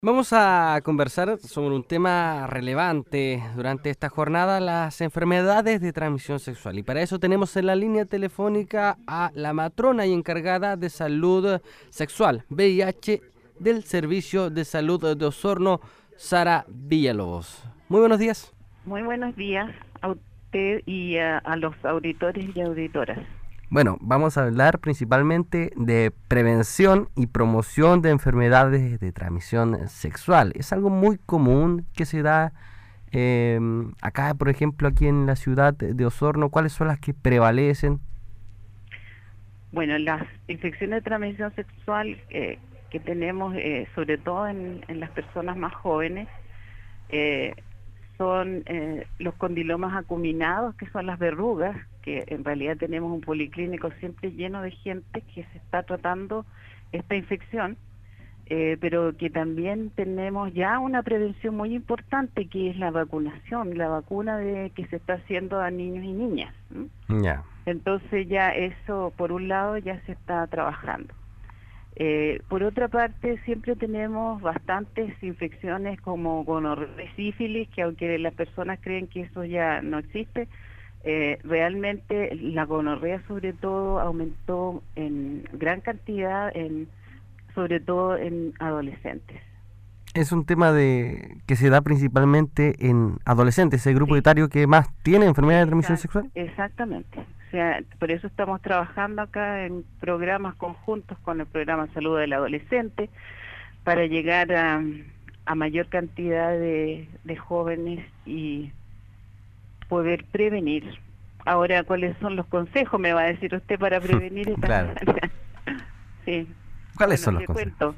Vamos a conversar sobre un tema relevante durante esta jornada, las enfermedades de transmisión sexual. Y para eso tenemos en la línea telefónica a la matrona y encargada de salud sexual, VIH, del Servicio de Salud de Osorno, Sara Villalobos. Muy buenos días. Muy buenos días a usted y a los auditores y auditoras. Bueno, vamos a hablar principalmente de prevención y promoción de enfermedades de transmisión sexual. Es algo muy común que se da acá, por ejemplo, aquí en la ciudad de Osorno. ¿Cuáles son las que prevalecen? Bueno, las infecciones de transmisión sexual que tenemos, sobre todo en las personas más jóvenes, eh, son los condilomas acuminados, que son las verrugas, que en realidad tenemos un policlínico siempre lleno de gente que se está tratando esta infección. Pero que también tenemos ya una prevención muy importante, que es la vacunación, la vacuna que se está haciendo a niños y niñas. Ya. Entonces ya eso, por un lado, ya se está trabajando. Por otra parte, siempre tenemos bastantes infecciones como gonorrea y sífilis, que aunque las personas creen que eso ya no existe, realmente la gonorrea sobre todo aumentó en gran cantidad sobre todo en adolescentes. Es un tema que se da principalmente en adolescentes, el grupo Sí, etario que más tiene enfermedades de transmisión sexual. exactamente. O sea, por eso estamos trabajando acá en programas conjuntos con el programa Salud del Adolescente para llegar a mayor cantidad de jóvenes y poder prevenir. Ahora, ¿cuáles son los consejos? Me va a decir usted para prevenir esta... Claro. Sí, ¿Cuáles bueno, son los le consejos? cuento.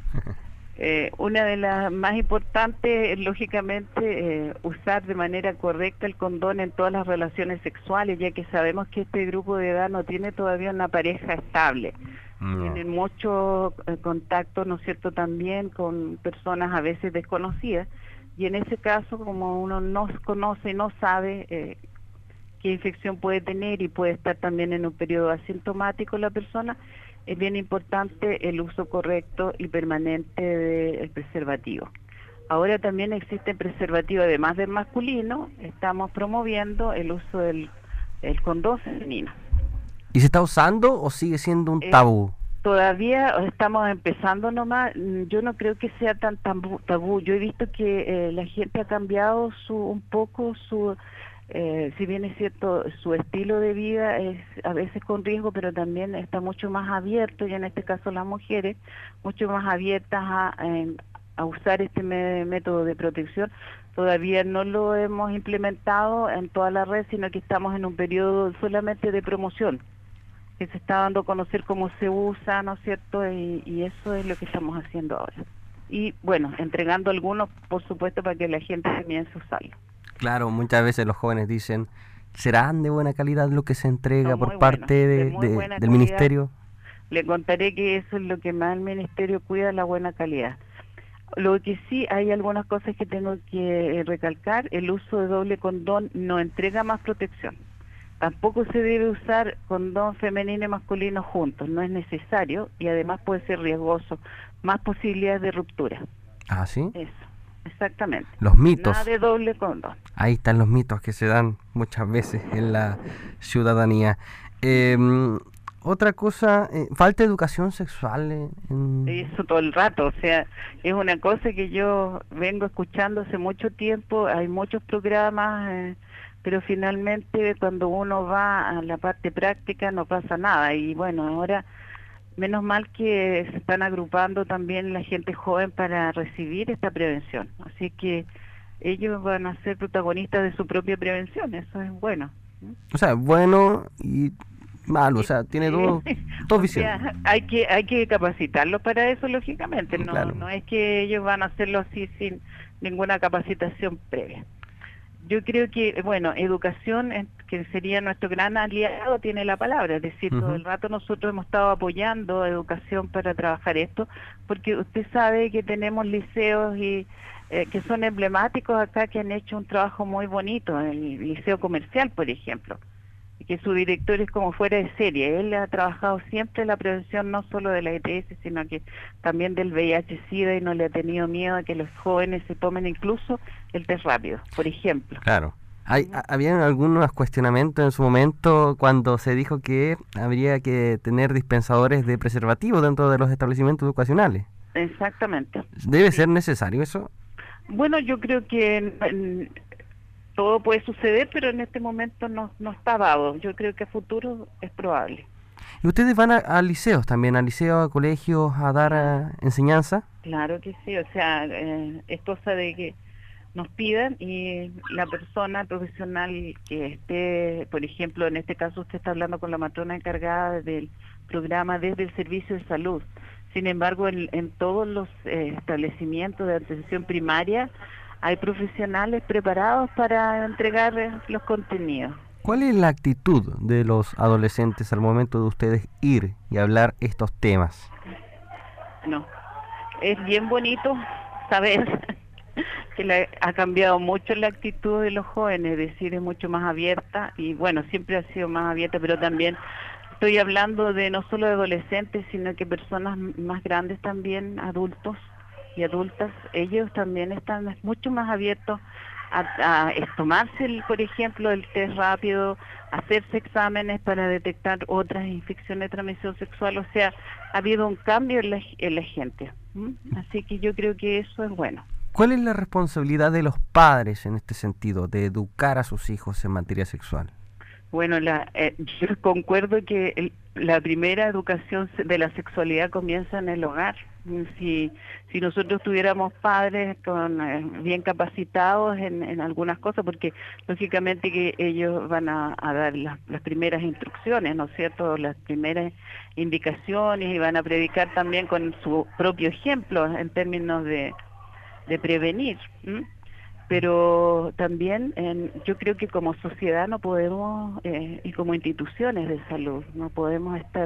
Una de las más importantes es, lógicamente, usar de manera correcta el condón en todas las relaciones sexuales, ya que sabemos que este grupo de edad no tiene todavía una pareja estable. No. Tienen mucho contacto, ¿no es cierto?, también con personas a veces desconocidas, y en ese caso, como uno no conoce y no sabe qué infección puede tener y puede estar también en un periodo asintomático la persona, es bien importante el uso correcto y permanente del preservativo. Ahora también existe preservativo, además del masculino, estamos promoviendo el uso del condón femenino. ¿Y se está usando o sigue siendo un Eh, tabú? Todavía estamos empezando nomás. Yo no creo que sea tan tabú. Yo he visto que la gente ha cambiado un poco si bien es cierto, su estilo de vida es a veces con riesgo, pero también está mucho más abierto, y en este caso las mujeres, mucho más abiertas a usar este método de protección. Todavía no lo hemos implementado en toda la red, sino que estamos en un periodo solamente de promoción, que se está dando a conocer cómo se usa, ¿no es cierto? Y eso es lo que estamos haciendo ahora. Y bueno, entregando algunos, por supuesto, para que la gente comience a usarlo. Claro, muchas veces los jóvenes dicen, ¿serán de buena calidad lo que se entrega Son por muy buenos, parte de muy buena del calidad. ministerio? Le contaré que eso es lo que más el ministerio cuida, la buena calidad. Lo que sí, hay algunas cosas que tengo que recalcar. El uso de doble condón no entrega más protección. Tampoco se debe usar condón femenino y masculino juntos, no es necesario, y además puede ser riesgoso, más posibilidades de ruptura. Ah, sí. Eso, exactamente. Los Nada mitos. de doble condón. Ahí están los mitos que se dan muchas veces en la ciudadanía. Em, Otra cosa, falta educación sexual Eso todo el rato, o sea, es una cosa que yo vengo escuchando hace mucho tiempo. Hay muchos programas, pero finalmente cuando uno va a la parte práctica no pasa nada. Y bueno, ahora menos mal que se están agrupando también la gente joven para recibir esta prevención, así que ellos van a ser protagonistas de su propia prevención. Eso es bueno. O sea, bueno y malo, o Y, sea, tiene eh, dos o visiones. sea, hay que capacitarlos para eso, lógicamente. No, Claro. no es que ellos van a hacerlo así sin ninguna capacitación previa. Yo creo que, bueno, educación, que sería nuestro gran aliado, tiene la palabra. Es decir, todo Ujú. el rato nosotros hemos estado apoyando a educación para trabajar esto, porque usted sabe que tenemos liceos y que son emblemáticos acá, que han hecho un trabajo muy bonito. El liceo comercial, por ejemplo, que su director es como fuera de serie. Él ha trabajado siempre en la prevención no solo de la ETS, sino que también del VIH-Sida, y no le ha tenido miedo a que los jóvenes se tomen incluso el test rápido, por ejemplo. Claro. Habían algunos cuestionamientos en su momento cuando se dijo que habría que tener dispensadores de preservativos dentro de los establecimientos educacionales. Exactamente. ¿Debe ser necesario eso? Bueno, yo creo que todo puede suceder, pero en este momento no está dado. Yo creo que a futuro es probable. ¿Y ustedes van a liceos también, a liceos, a colegios, a dar enseñanza? Claro que sí, o sea, es cosa de que nos pidan y la persona profesional que esté, por ejemplo, en este caso usted está hablando con la matrona encargada del programa desde el servicio de salud. Sin embargo, en todos los establecimientos de atención primaria hay profesionales preparados para entregar los contenidos. ¿Cuál es la actitud de los adolescentes al momento de ustedes ir y hablar estos temas? No, es bien bonito saber que ha cambiado mucho la actitud de los jóvenes, es decir, es mucho más abierta, y bueno, siempre ha sido más abierta, pero también estoy hablando de no solo de adolescentes, sino que personas más grandes también, adultos y adultas, ellos también están mucho más abiertos a tomarse, por ejemplo, el test rápido, hacerse exámenes para detectar otras infecciones de transmisión sexual. O sea, ha habido un cambio en la gente. Así que yo creo que eso es bueno. ¿Cuál es la responsabilidad de los padres en este sentido, de educar a sus hijos en materia sexual? Bueno, yo concuerdo que la primera educación de la sexualidad comienza en el hogar. Si nosotros tuviéramos padres bien capacitados en algunas cosas, porque lógicamente que ellos van a dar las primeras instrucciones, ¿no es cierto?, las primeras indicaciones, y van a predicar también con su propio ejemplo en términos de prevenir. Pero también yo creo que como sociedad no podemos, y como instituciones de salud, no podemos estar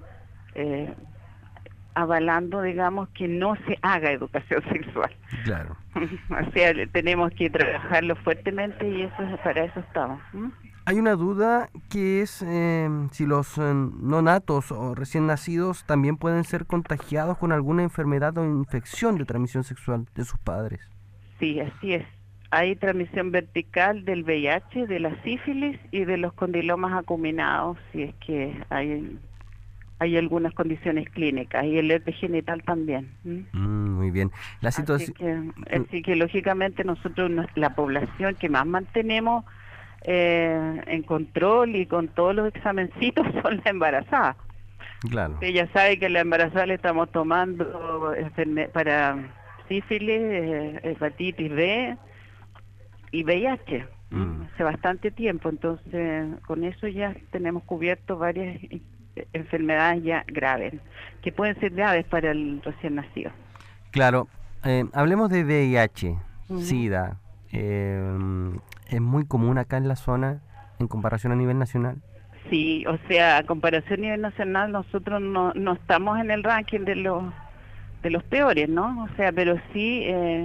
avalando, digamos, que no se haga educación sexual. Claro. O sea, tenemos que trabajarlo fuertemente, y para eso estamos. Hay una duda que es si los no natos o recién nacidos también pueden ser contagiados con alguna enfermedad o infección de transmisión sexual de sus padres. Sí, así es. Hay transmisión vertical del VIH, de la sífilis y de los condilomas acuminados, si es que hay algunas condiciones clínicas, y el herpes genital también. Muy bien. La situación... Así que lógicamente nosotros, la población que más mantenemos en control y con todos los examencitos son las embarazadas. Claro. Ella sabe que la embarazada le estamos tomando para sífilis, hepatitis B y VIH hace bastante tiempo. Entonces con eso ya tenemos cubierto varias enfermedades ya graves, que pueden ser graves para el recién nacido. Claro. Hablemos de VIH, SIDA. ¿Es muy común acá en la zona en comparación a nivel nacional? Sí, o sea, a comparación a nivel nacional nosotros no estamos en el ranking de los peores, ¿no? O sea, pero sí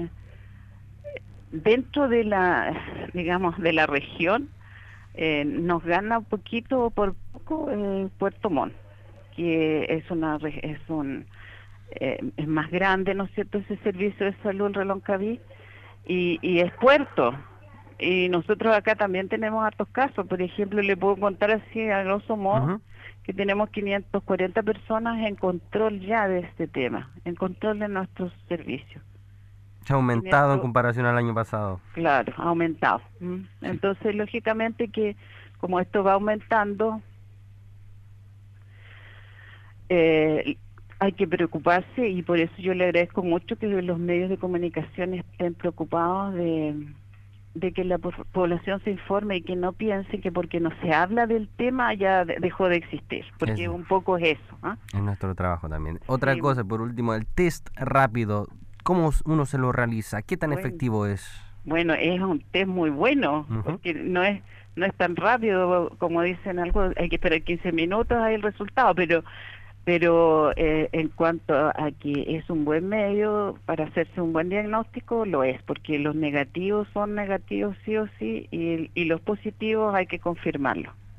dentro de digamos, de la región nos gana un poquito por poco Puerto Montt, que es más grande, ¿no es cierto?, ese servicio de salud en Reloncaví, y es puerto. Y nosotros acá también tenemos hartos casos. Por ejemplo, le puedo contar así a grosso modo que tenemos 540 personas en control ya de este tema, en control de nuestros servicios. Se ha aumentado en comparación al año pasado. Claro, ha aumentado. Entonces, lógicamente que como esto va aumentando, hay que preocuparse, y por eso yo le agradezco mucho que los medios de comunicación estén preocupados de que la población se informe, y que no piense que porque no se habla del tema ya dejó de existir, porque un poco es eso. Es nuestro trabajo también. Otra cosa, por último, el test rápido, ¿cómo uno se lo realiza? ¿Qué tan efectivo es? Bueno, es un test muy bueno, porque no es tan rápido como dicen algo, hay que esperar 15 minutos, hay el resultado, pero en cuanto a que es un buen medio para hacerse un buen diagnóstico, lo es, porque los negativos son negativos sí o sí, y los positivos hay que confirmarlo.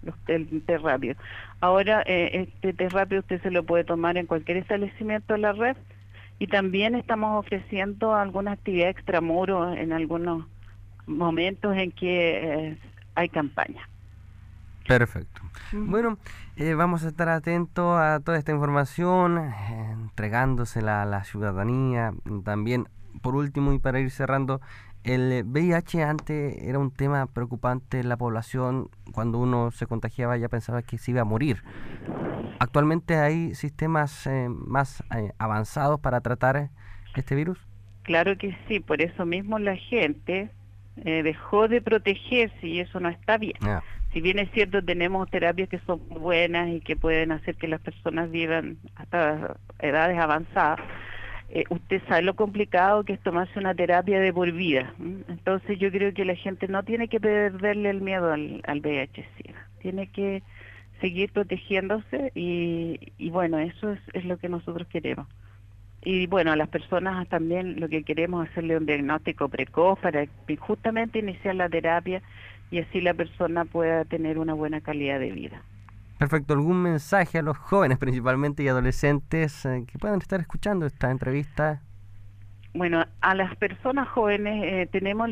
el test rápido. Ahora, este test rápido usted se lo puede tomar en cualquier establecimiento de la red, y también estamos ofreciendo alguna actividad extramuros en algunos momentos en que hay campaña. Perfecto. Bueno, vamos a estar atentos a toda esta información, entregándosela a la ciudadanía. También, por último, y para ir cerrando, el VIH antes era un tema preocupante en la población. Cuando uno se contagiaba ya pensaba que se iba a morir. ¿Actualmente hay sistemas más avanzados para tratar este virus? Claro que sí, por eso mismo la gente dejó de protegerse, y eso no está bien. Ah. Si bien es cierto, tenemos terapias que son muy buenas y que pueden hacer que las personas vivan hasta edades avanzadas, usted sabe lo complicado que es tomarse una terapia de por vida. Entonces yo creo que la gente no tiene que perderle el miedo al VIH-Sida, tiene que seguir protegiéndose, y bueno, eso es lo que nosotros queremos. Y bueno, a las personas también lo que queremos es hacerle un diagnóstico precoz para justamente iniciar la terapia, y así la persona pueda tener una buena calidad de vida. Perfecto. ¿Algún mensaje a los jóvenes principalmente y adolescentes que puedan estar escuchando esta entrevista? Bueno, a las personas jóvenes tenemos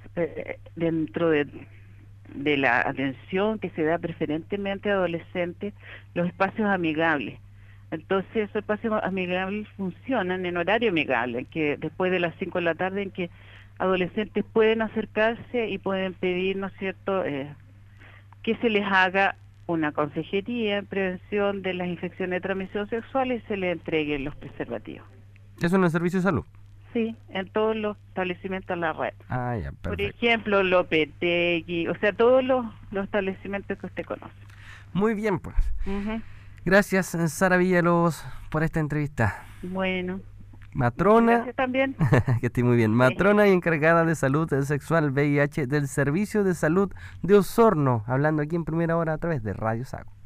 dentro de la atención que se da preferentemente a adolescentes, los espacios amigables. Entonces esos espacios amigables funcionan en horario amigable, que después de las 5 de la tarde, en que adolescentes pueden acercarse y pueden pedir, ¿no es cierto?, que se les haga una consejería en prevención de las infecciones de transmisión sexual y se les entreguen los preservativos. ¿Eso en el servicio de salud? Sí, en todos los establecimientos de la red. Ah, ya, perfecto. Por ejemplo, Lopetegui, o sea, todos los establecimientos que usted conoce. Muy bien, pues. Gracias, Sara Villalobos, por esta entrevista. Bueno. Matrona, Gracias también. que estoy muy bien, matrona y encargada de salud sexual VIH del Servicio de Salud de Osorno, hablando aquí en Primera Hora a través de Radio Sago.